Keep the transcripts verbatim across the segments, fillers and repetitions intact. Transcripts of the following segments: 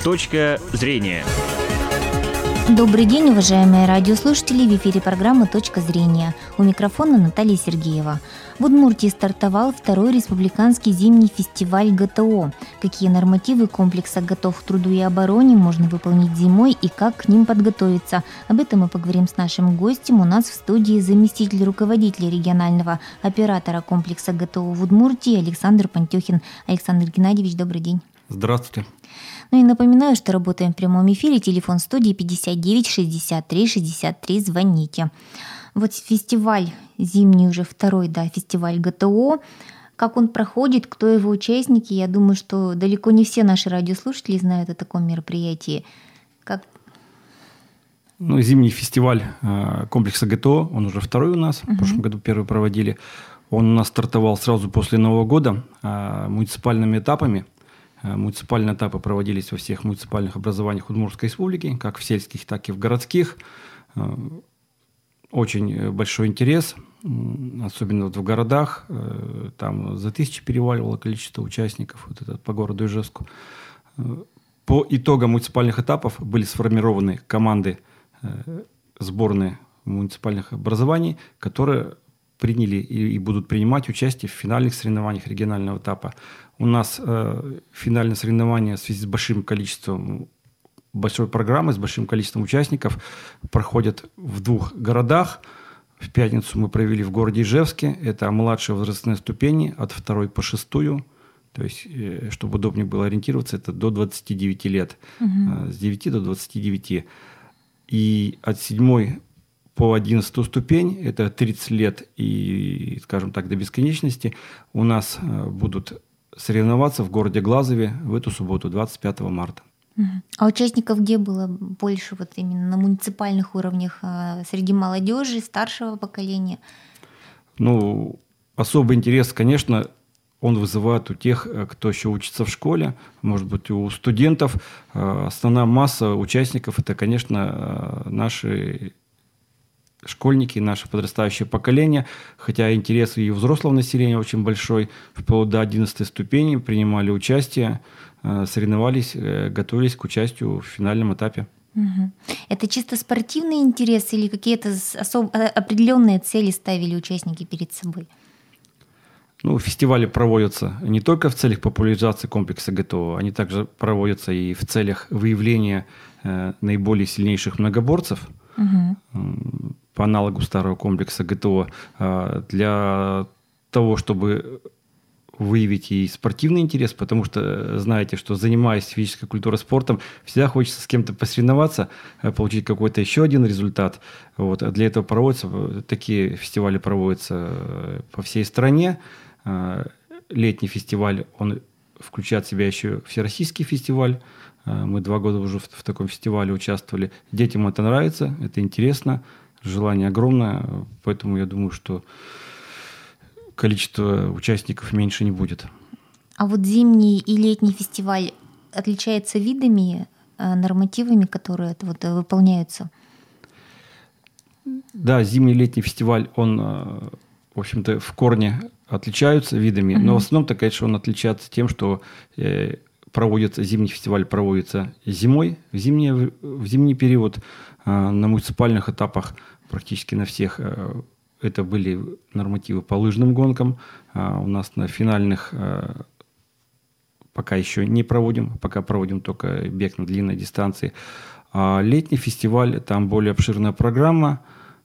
Точка зрения. Добрый день, уважаемые радиослушатели! В эфире программы «Точка зрения». У микрофона Наталья Сергеева. В Удмуртии стартовал второй республиканский зимний фестиваль ГТО. Какие нормативы комплекса «Готов к труду и обороне» можно выполнить зимой и как к ним подготовиться? Об этом мы поговорим с нашим гостем. У нас в студии заместитель руководителя регионального оператора комплекса ГТО в Удмуртии Александр Пантюхин. Александр Геннадьевич, добрый день. Здравствуйте. Ну и напоминаю, что работаем в прямом эфире. Телефон студии пятьдесят девять шестьдесят три шестьдесят три. Звоните. Вот фестиваль зимний уже второй, да, фестиваль ГТО. Как он проходит, кто его участники? Я думаю, что далеко не все наши радиослушатели знают о таком мероприятии. Как... Ну, зимний фестиваль комплекса ГТО, он уже второй у нас. Uh-huh. В прошлом году первый проводили. Он у нас стартовал сразу после Нового года муниципальными этапами. Муниципальные этапы проводились во всех муниципальных образованиях Удмуртской республики, как в сельских, так и в городских. Очень большой интерес, особенно вот в городах. Там за тысячи переваливало количество участников вот это, по городу Ижевску. По итогам муниципальных этапов были сформированы команды, сборные муниципальных образований, которые приняли и будут принимать участие в финальных соревнованиях регионального этапа. У нас э, финальные соревнования в связи с большим количеством, большой программой, с большим количеством участников проходят в двух городах. В пятницу мы провели в городе Ижевске. Это младшие возрастные ступени от второй по шестую. То есть, э, чтобы удобнее было ориентироваться, это до двадцати девяти лет. Угу. Э, с девяти до двадцати девяти. И от седьмой по одиннадцатую ступень, это тридцать лет и, скажем так, до бесконечности, у нас будут соревноваться в городе Глазове в эту субботу, двадцать пятого марта. А участников где было больше вот именно на муниципальных уровнях, среди молодежи, старшего поколения? Ну, особый интерес, конечно, он вызывает у тех, кто еще учится в школе, может быть, у студентов. Основная масса участников – это, конечно, наши школьники, наше подрастающее поколение, хотя интерес и у взрослого населения очень большой, вплоть до одиннадцатой ступени принимали участие, соревновались, готовились к участию в финальном этапе. Угу. Это чисто спортивный интерес или какие-то особ... определенные цели ставили участники перед собой? Ну, фестивали проводятся не только в целях популяризации комплекса ГТО, они также проводятся и в целях выявления э, наиболее сильнейших многоборцев. Угу. По аналогу старого комплекса ГТО, для того, чтобы выявить и спортивный интерес, потому что знаете, что занимаясь физической культурой, спортом, всегда хочется с кем-то посоревноваться, получить какой-то еще один результат. Вот. А для этого проводятся, такие фестивали проводятся по всей стране. Летний фестиваль, он включает в себя еще всероссийский фестиваль. Мы два года уже в, в таком фестивале участвовали. Детям это нравится, это интересно. Желание огромное, поэтому я думаю, что количество участников меньше не будет. А вот зимний и летний фестиваль отличается видами, нормативами, которые вот выполняются? Да, зимний и летний фестиваль, он, в общем-то, в корне отличаются видами, угу. но в основном-то, конечно, он отличается тем, что проводится, зимний фестиваль проводится зимой, в, зимний, в зимний период. На муниципальных этапах практически на всех это были нормативы по лыжным гонкам. У нас на финальных пока еще не проводим, пока проводим только бег на длинной дистанции. А летний фестиваль, там более обширная программа,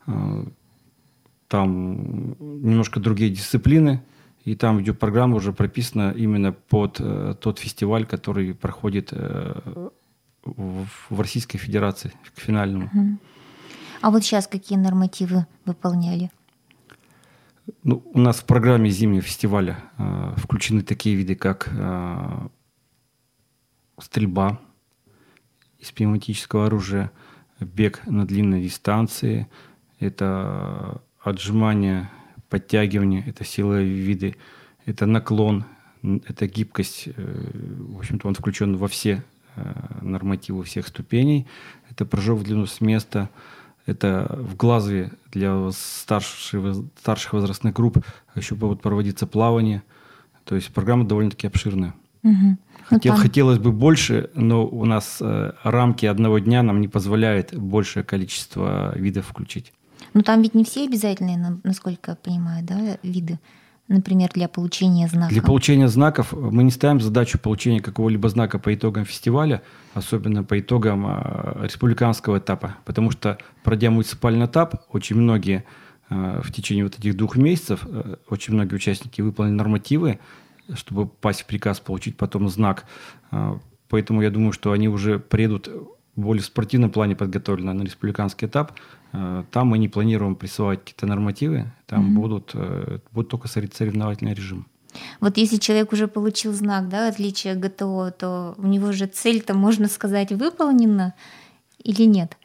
там немножко другие дисциплины. И там идет программа уже прописана именно под э, тот фестиваль, который проходит э, в, в Российской Федерации, к финальному. Uh-huh. А вот сейчас какие нормативы выполняли? Ну, у нас в программе зимнего фестиваля э, включены такие виды, как э, стрельба из пневматического оружия, бег на длинной дистанции, это отжимание, подтягивание, это силовые виды, это наклон, это гибкость. В общем-то, он включен во все нормативы всех ступеней. Это прыжок в длину с места, это в Глазове для старших, старших возрастных групп еще будут проводиться плавания. То есть программа довольно-таки обширная. Угу. Хотел, хотелось бы больше, но у нас э, рамки одного дня нам не позволяют большее количество видов включить. Ну там ведь не все обязательные, насколько я понимаю, да, виды, например, для получения знака. Для получения знаков мы не ставим задачу получения какого-либо знака по итогам фестиваля, особенно по итогам э, республиканского этапа, потому что, пройдя муниципальный этап, очень многие э, в течение вот этих двух месяцев, э, очень многие участники выполнили нормативы, чтобы попасть в приказ, получить потом знак. Поэтому я думаю, что они уже приедут в более спортивном плане подготовлены на республиканский этап. Там мы не планируем присылать какие-то нормативы, там mm-hmm. будут, будет только соревновательный режим. Вот если человек уже получил знак, да, отличие ГТО, то у него же цель-то, можно сказать, выполнена или нет?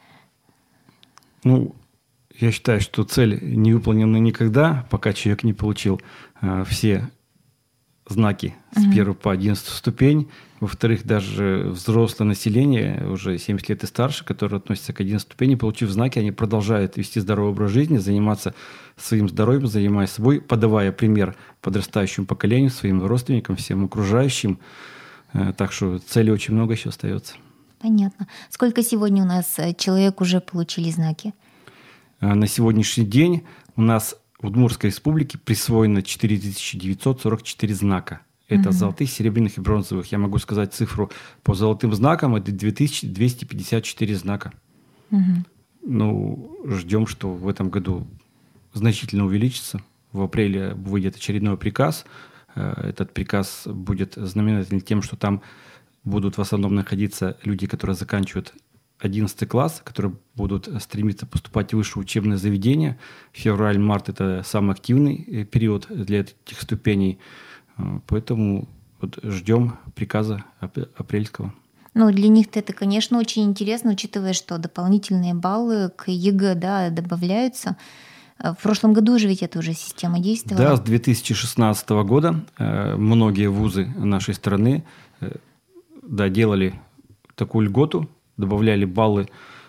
Ну, я считаю, что цель не выполнена никогда, пока человек не получил все знаки с uh-huh. первой по одиннадцатую ступень. Во-вторых, даже взрослое население, уже семьдесят лет и старше, которые относятся к одиннадцатой ступени, получив знаки, они продолжают вести здоровый образ жизни, заниматься своим здоровьем, занимаясь собой, подавая пример подрастающему поколению, своим родственникам, всем окружающим. Так что целей очень много еще остается. Понятно. Сколько сегодня у нас человек уже получили знаки? На сегодняшний день у нас в Удмуртской республике присвоено четыре тысячи девятьсот сорок четыре знака. Это угу. золотых, серебряных и бронзовых. Я могу сказать цифру по золотым знакам. Это две тысячи двести пятьдесят четыре знака. Угу. Ну, ждем, что в этом году значительно увеличится. В апреле выйдет очередной приказ. Этот приказ будет знаменателен тем, что там будут в основном находиться люди, которые заканчивают одиннадцатый класс, которые будут стремиться поступать в высшее учебное заведение. Февраль-март – это самый активный период для этих ступеней. Поэтому вот ждем приказа апрельского. Ну, для них-то это, конечно, очень интересно, учитывая, что дополнительные баллы к ЕГЭ, да, добавляются. В прошлом году же ведь эта уже система действовала. Да, с две тысячи шестнадцатого года э, многие вузы нашей страны э, да, делали такую льготу, добавляли баллы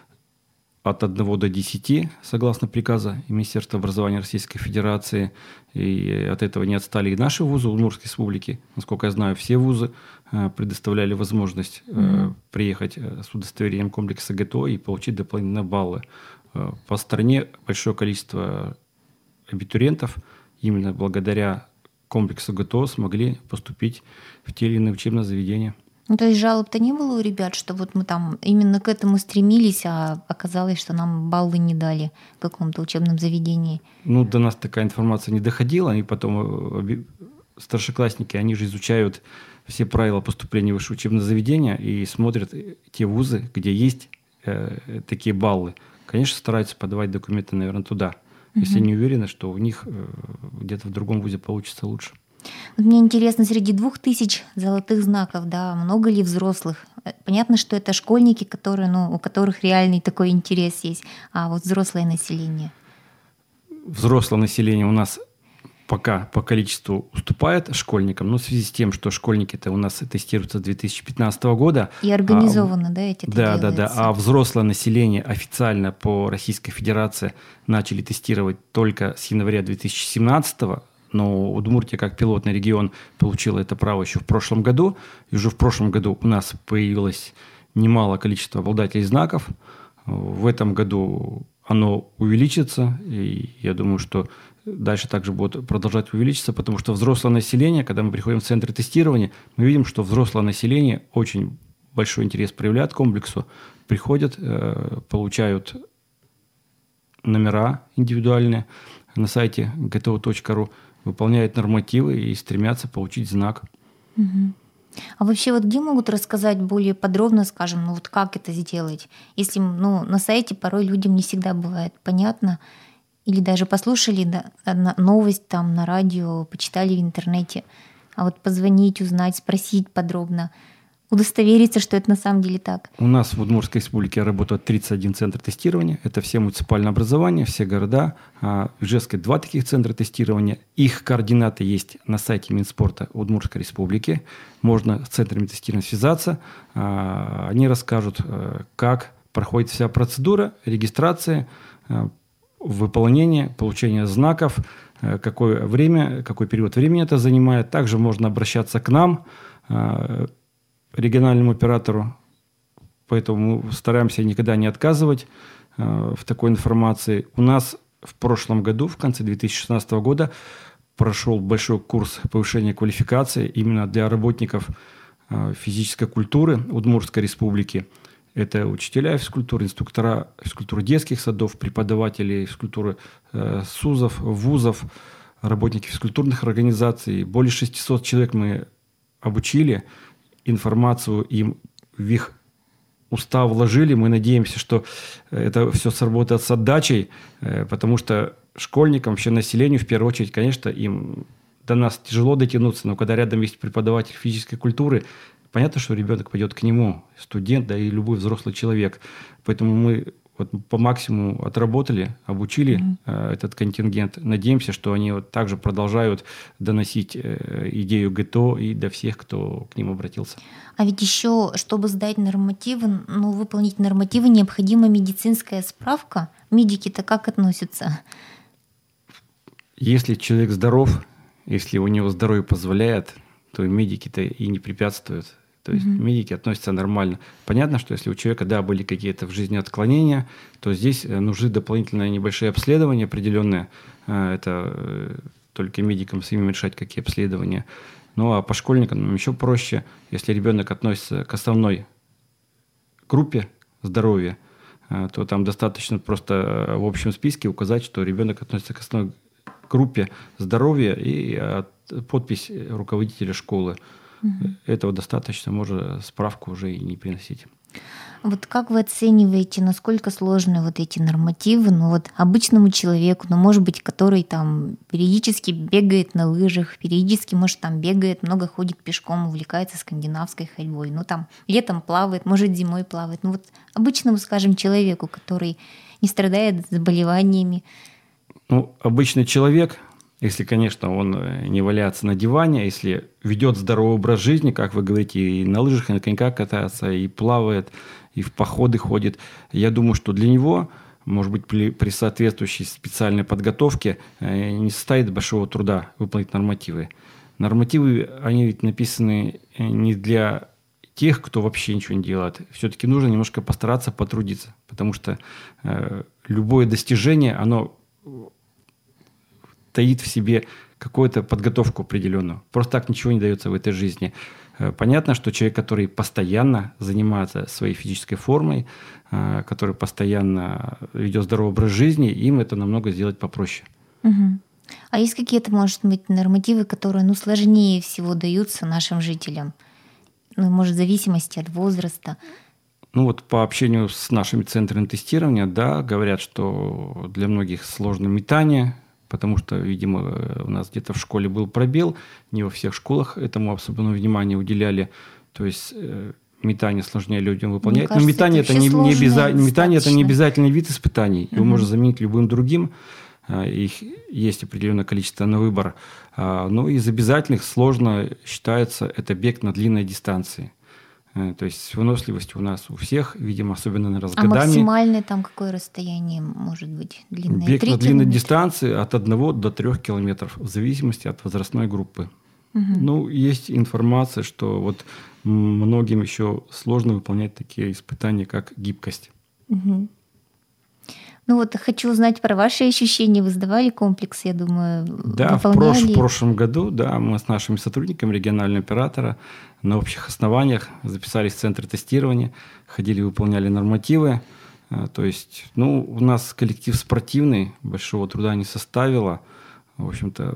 от одного до десяти, согласно приказу Министерства образования Российской Федерации. И от этого не отстали и наши вузы Удмуртской республики. Насколько я знаю, все вузы предоставляли возможность mm-hmm. приехать с удостоверением комплекса ГТО и получить дополнительные баллы. По стране большое количество абитуриентов именно благодаря комплексу ГТО смогли поступить в те или иные учебные заведения. Ну, то есть жалоб-то не было у ребят, что вот мы там именно к этому стремились, а оказалось, что нам баллы не дали в каком-то учебном заведении? Ну, до нас такая информация не доходила, и потом старшеклассники, они же изучают все правила поступления в высшее учебное заведение и смотрят те вузы, где есть э, такие баллы. Конечно, стараются подавать документы, наверное, туда, угу. если не уверены, что у них э, где-то в другом вузе получится лучше. Вот мне интересно, среди двух тысяч золотых знаков, да, много ли взрослых? Понятно, что это школьники, которые, ну, у которых реальный такой интерес есть, а вот взрослое население? Взрослое население у нас пока по количеству уступает школьникам, но в связи с тем, что школьники-то у нас тестируются с две тысячи пятнадцатого года. И организованно, а, да, эти Да, да, да. А взрослое население официально по Российской Федерации начали тестировать только с января две тысячи семнадцатого. Но Удмуртия, как пилотный регион, получила это право еще в прошлом году. И уже в прошлом году у нас появилось немало количества обладателей знаков. В этом году оно увеличится. И я думаю, что дальше также будет продолжать увеличиться, потому что взрослое население, когда мы приходим в центр тестирования, мы видим, что взрослое население очень большой интерес проявляет к комплексу. Приходят, получают номера индивидуальные на сайте гэ тэ о точка ру, выполняют нормативы и стремятся получить знак. Угу. А вообще вот где могут рассказать более подробно, скажем, ну вот как это сделать? Если ну, на сайте порой людям не всегда бывает понятно, или даже послушали да, новость там на радио, почитали в интернете, а вот позвонить, узнать, спросить подробно, удостовериться, что это на самом деле так. У нас в Удмуртской республике работает тридцать один центр тестирования. Это все муниципальное образование, все города. В Ижевске два таких центра тестирования. Их координаты есть на сайте Минспорта Удмуртской республики. Можно с центрами тестирования связаться. Они расскажут, как проходит вся процедура регистрации, выполнения, получения знаков, какое время, какой период времени это занимает. Также можно обращаться к нам. региональному оператору, поэтому мы стараемся никогда не отказывать э, в такой информации. У нас в прошлом году, в конце две тысячи шестнадцатого года, прошел большой курс повышения квалификации именно для работников э, физической культуры Удмуртской республики. Это учителя физкультуры, инструктора физкультуры детских садов, преподаватели физкультуры э, СУЗов, вузов, работники физкультурных организаций. Более шестисот человек мы обучили, информацию им в их уста вложили. Мы надеемся, что это все сработает с отдачей, э, потому что школьникам, вообще населению, в первую очередь, конечно, им до нас тяжело дотянуться, но когда рядом есть преподаватель физической культуры, понятно, что ребенок пойдет к нему, студент, да и любой взрослый человек. Поэтому мы вот по максимуму отработали, обучили mm-hmm. э, этот контингент. Надеемся, что они вот также продолжают доносить э, идею ГТО и до всех, кто к ним обратился. А ведь еще, чтобы сдать нормативы, ну, выполнить нормативы, необходима медицинская справка. Медики-то как относятся? Если человек здоров, если у него здоровье позволяет, то медики-то и не препятствуют. То есть mm-hmm. медики относятся нормально. Понятно, что если у человека, да, были какие-то в жизни отклонения, то здесь нужны дополнительные небольшие обследования определенные. Это только медикам самим решать, какие обследования. Ну а по школьникам еще проще. Если ребенок относится к основной группе здоровья, то там достаточно просто в общем списке указать, что ребенок относится к основной группе здоровья и подпись руководителя школы. Угу. Этого достаточно, можно справку уже и не приносить. Вот как вы оцениваете, насколько сложны вот эти нормативы, ну вот обычному человеку, ну может быть, который там периодически бегает на лыжах, периодически, может, там бегает, много ходит пешком, увлекается скандинавской ходьбой, ну там летом плавает, может, зимой плавает, ну вот обычному, скажем, человеку, который не страдает заболеваниями. Ну, обычный человек, если, конечно, он не валяется на диване, если ведет здоровый образ жизни, как вы говорите, и на лыжах, и на коньках катается, и плавает, и в походы ходит, я думаю, что для него, может быть, при, при соответствующей специальной подготовке не составит большого труда выполнить нормативы. Нормативы, они ведь написаны не для тех, кто вообще ничего не делает. Все-таки нужно немножко постараться потрудиться, потому что э, любое достижение, оно таит в себе какую-то подготовку определенную. Просто так ничего не дается в этой жизни. Понятно, что человек, который постоянно занимается своей физической формой, который постоянно ведет здоровый образ жизни, им это намного сделать попроще. Угу. А есть какие-то, может быть, нормативы, которые ну, сложнее всего даются нашим жителям? Ну, может, в зависимости от возраста? Ну вот по общению с нашими центрами тестирования, да, говорят, что для многих сложно метание, потому что, видимо, у нас где-то в школе был пробел, не во всех школах этому особенного внимания уделяли. То есть э, метание сложнее людям выполнять. Кажется, Но метание это, это, не, не обяза... метание это не обязательный вид испытаний. Его угу. можно заменить любым другим. Их есть определенное количество на выбор. Но из обязательных сложно считается это бег на длинной дистанции. То есть выносливость у нас у всех, видимо, особенно на раз а годами. А максимальное там какое расстояние может быть длинное? Бег на длинной дистанции от одного до трех километров, в зависимости от возрастной группы. Угу. Ну, есть информация, что вот многим еще сложно выполнять такие испытания, как гибкость. Угу. Ну вот хочу узнать про ваши ощущения. Вы сдавали комплекс, я думаю, да, выполняли? В, прош- в прошлом году, да, мы с нашими сотрудниками регионального оператора на общих основаниях записались в центр тестирования, ходили, выполняли нормативы. То есть, ну, у нас коллектив спортивный, большого труда не составило. В общем-то,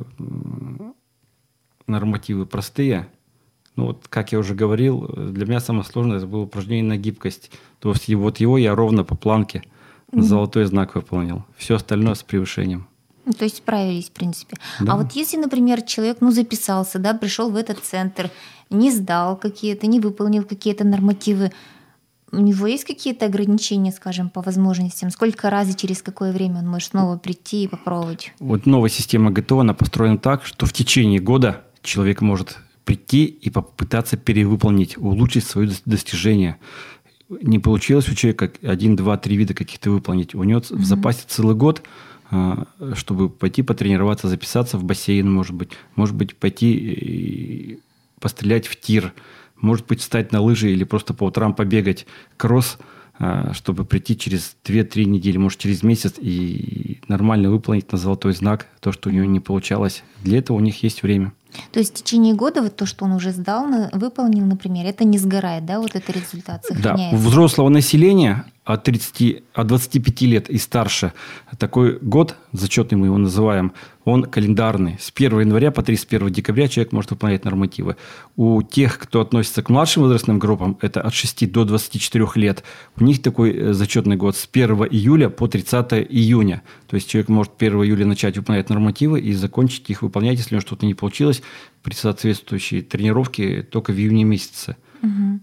нормативы простые. Ну, вот, как я уже говорил, для меня самое сложное это было упражнение на гибкость. То есть, вот его я ровно по планке золотой знак выполнил. Все остальное с превышением. Ну, то есть справились, в принципе. Да. А вот если, например, человек ну, записался, да, пришел в этот центр, не сдал какие-то, не выполнил какие-то нормативы, у него есть какие-то ограничения, скажем, по возможностям? Сколько раз и через какое время он может снова прийти и попробовать? Вот новая система ГТО, она построена так, что в течение года человек может прийти и попытаться перевыполнить, улучшить свои достижения. Не получилось у человека один, два, три вида каких-то выполнить. У него mm-hmm. в запасе целый год, чтобы пойти потренироваться, записаться в бассейн, может быть, может быть, пойти пострелять в тир, может быть, встать на лыжи или просто по утрам побегать кросс, чтобы прийти через две-три недели, может, через месяц и нормально выполнить на золотой знак то, что у него не получалось. Для этого у них есть время. То есть в течение года вот то, что он уже сдал, выполнил, например, это не сгорает, да, вот этот результат сохраняется? Да, у взрослого населения от, тридцати, от двадцати пяти лет и старше такой год, зачетный мы его называем, он календарный. С первого января по тридцать первого декабря человек может выполнять нормативы. У тех, кто относится к младшим возрастным группам, это от шести до двадцати четырёх лет, у них такой зачетный год с первого июля по тридцатого июня. То есть человек может первого июля начать выполнять нормативы и закончить их выполнять, если у него что-то не получилось, при соответствующей тренировке только в июне месяце. Угу.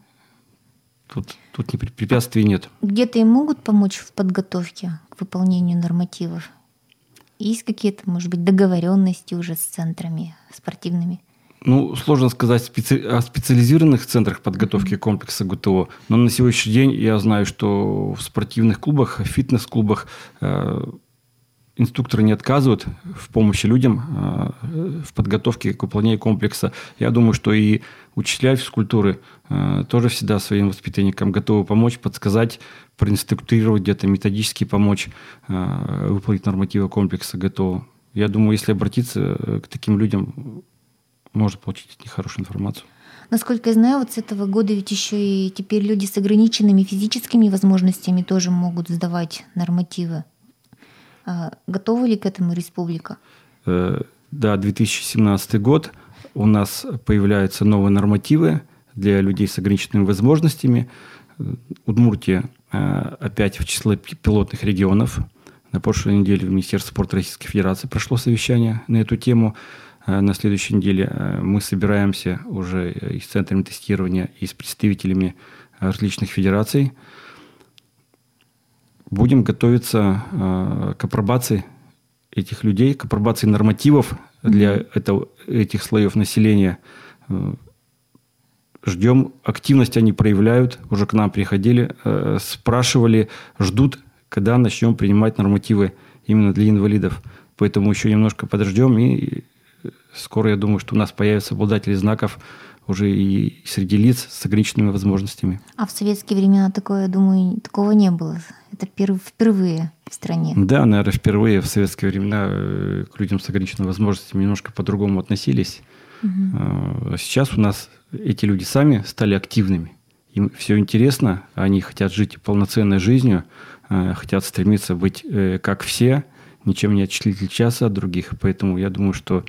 Тут, тут препятствий нет. Где-то им могут помочь в подготовке к выполнению нормативов? Есть какие-то, может быть, договоренности уже с центрами спортивными? Ну, сложно сказать специ... о специализированных центрах подготовки комплекса ГТО, но на сегодняшний день я знаю, что в спортивных клубах, в фитнес-клубах э, инструкторы не отказывают в помощи людям э, в подготовке к выполнению комплекса. Я думаю, что и учителя физкультуры э, тоже всегда своим воспитанникам готовы помочь, подсказать, проинструктировать где-то, методически помочь э, выполнить нормативы комплекса ГТО. Я думаю, если обратиться к таким людям, можно получить от них хорошую информацию. Насколько я знаю, вот с этого года ведь еще и теперь люди с ограниченными физическими возможностями тоже могут сдавать нормативы. А готова ли к этому республика? Э, да, две тысячи семнадцатый год. У нас появляются новые нормативы для людей с ограниченными возможностями. Удмуртия э, опять в числе пилотных регионов. На прошлой неделе в Министерстве спорта Российской Федерации прошло совещание на эту тему. На следующей неделе мы собираемся уже и с центрами тестирования, и с представителями различных федераций. Будем готовиться к апробации этих людей, к апробации нормативов для этого, этих слоев населения. Ждем, активность они проявляют, уже к нам приходили, спрашивали, ждут, когда начнем принимать нормативы именно для инвалидов. Поэтому еще немножко подождем, и скоро, я думаю, что у нас появятся обладатели знаков уже и среди лиц с ограниченными возможностями. А в советские времена такое, я думаю, такого не было. Это впервые в стране. Да, наверное, впервые в советские времена к людям с ограниченными возможностями немножко по-другому относились. Угу. Сейчас у нас эти люди сами стали активными. Им все интересно, они хотят жить полноценной жизнью, хотят стремиться быть как все, ничем не отличаться от других. Поэтому я думаю, что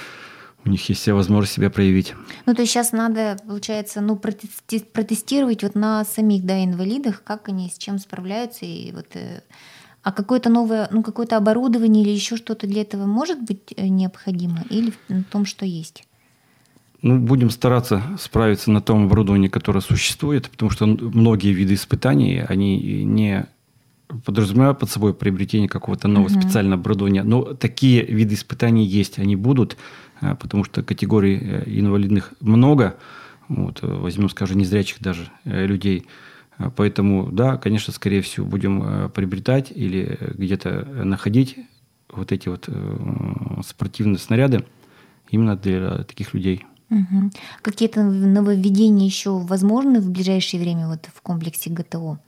у них есть вся возможность себя проявить. Ну, то есть сейчас надо, получается, ну, протестировать вот на самих, да, инвалидах, как они с чем справляются. И вот, а какое-то новое, ну, какое-то оборудование или еще что-то для этого может быть необходимо? Или на том, что есть? Ну, будем стараться справиться на том оборудовании, которое существует, потому что многие виды испытаний, они не подразумевают под собой приобретение какого-то нового uh-huh. специального оборудования. Но такие виды испытаний есть, они будут, потому что категорий инвалидных много. Вот, возьмем, скажем, незрячих даже людей. Поэтому, да, конечно, скорее всего, будем приобретать или где-то находить вот эти вот спортивные снаряды именно для таких людей. Угу. Какие-то нововведения еще возможны в ближайшее время вот в комплексе ГТО?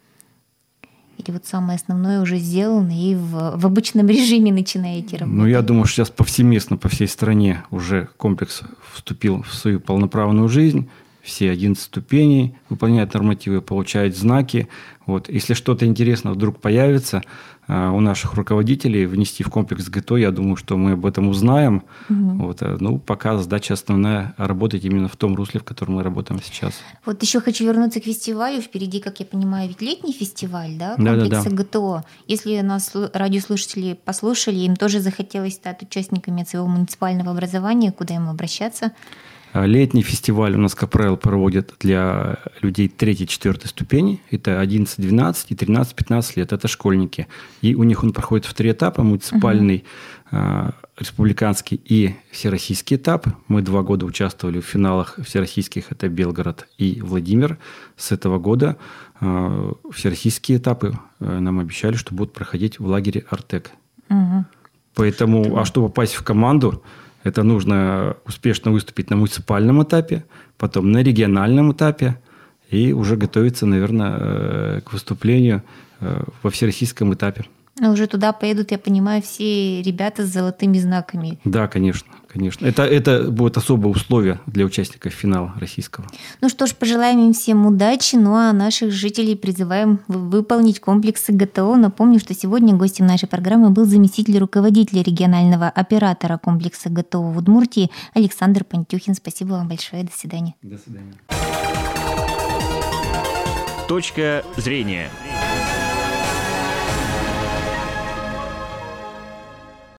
Или вот самое основное уже сделано и в, в обычном режиме начинаете работать? Ну, я думаю, что сейчас повсеместно по всей стране уже комплекс вступил в свою полноправную жизнь. Все одиннадцать ступеней выполняют нормативы, получают знаки. Вот. Если что-то интересное вдруг появится а, у наших руководителей, внести в комплекс ГТО, я думаю, что мы об этом узнаем. Угу. Вот. Ну, пока задача основная – работать именно в том русле, в котором мы работаем сейчас. Вот еще хочу вернуться к фестивалю. Впереди, как я понимаю, ведь летний фестиваль, да, комплекса да, да, да. ГТО. Если нас радиослушатели послушали, им тоже захотелось стать участниками своего муниципального образования, куда им обращаться? Летний фестиваль у нас, как правило, проводят для людей третьей-четвёртой ступени. Это одиннадцать-двенадцать и тринадцать-пятнадцать лет. Это школьники. И у них он проходит в три этапа. Муниципальный, uh-huh. республиканский и всероссийский этап. Мы два года участвовали в финалах всероссийских. Это Белгород и Владимир. С этого года всероссийские этапы нам обещали, что будут проходить в лагере «Артек». Uh-huh. Поэтому, а чтобы попасть в команду, Это нужно успешно выступить на муниципальном этапе, потом на региональном этапе и уже готовиться, наверное, к выступлению во всероссийском этапе. А уже туда поедут, я понимаю, все ребята с золотыми знаками. Да, конечно, конечно. Это, это будет особое условие для участников финала российского. Ну что ж, пожелаем им всем удачи, ну а наших жителей призываем выполнить комплексы ГТО. Напомню, что сегодня гостем нашей программы был заместитель руководителя регионального оператора комплекса ГТО в Удмуртии Александр Пантюхин. Спасибо вам большое. До свидания. До свидания. Точка зрения.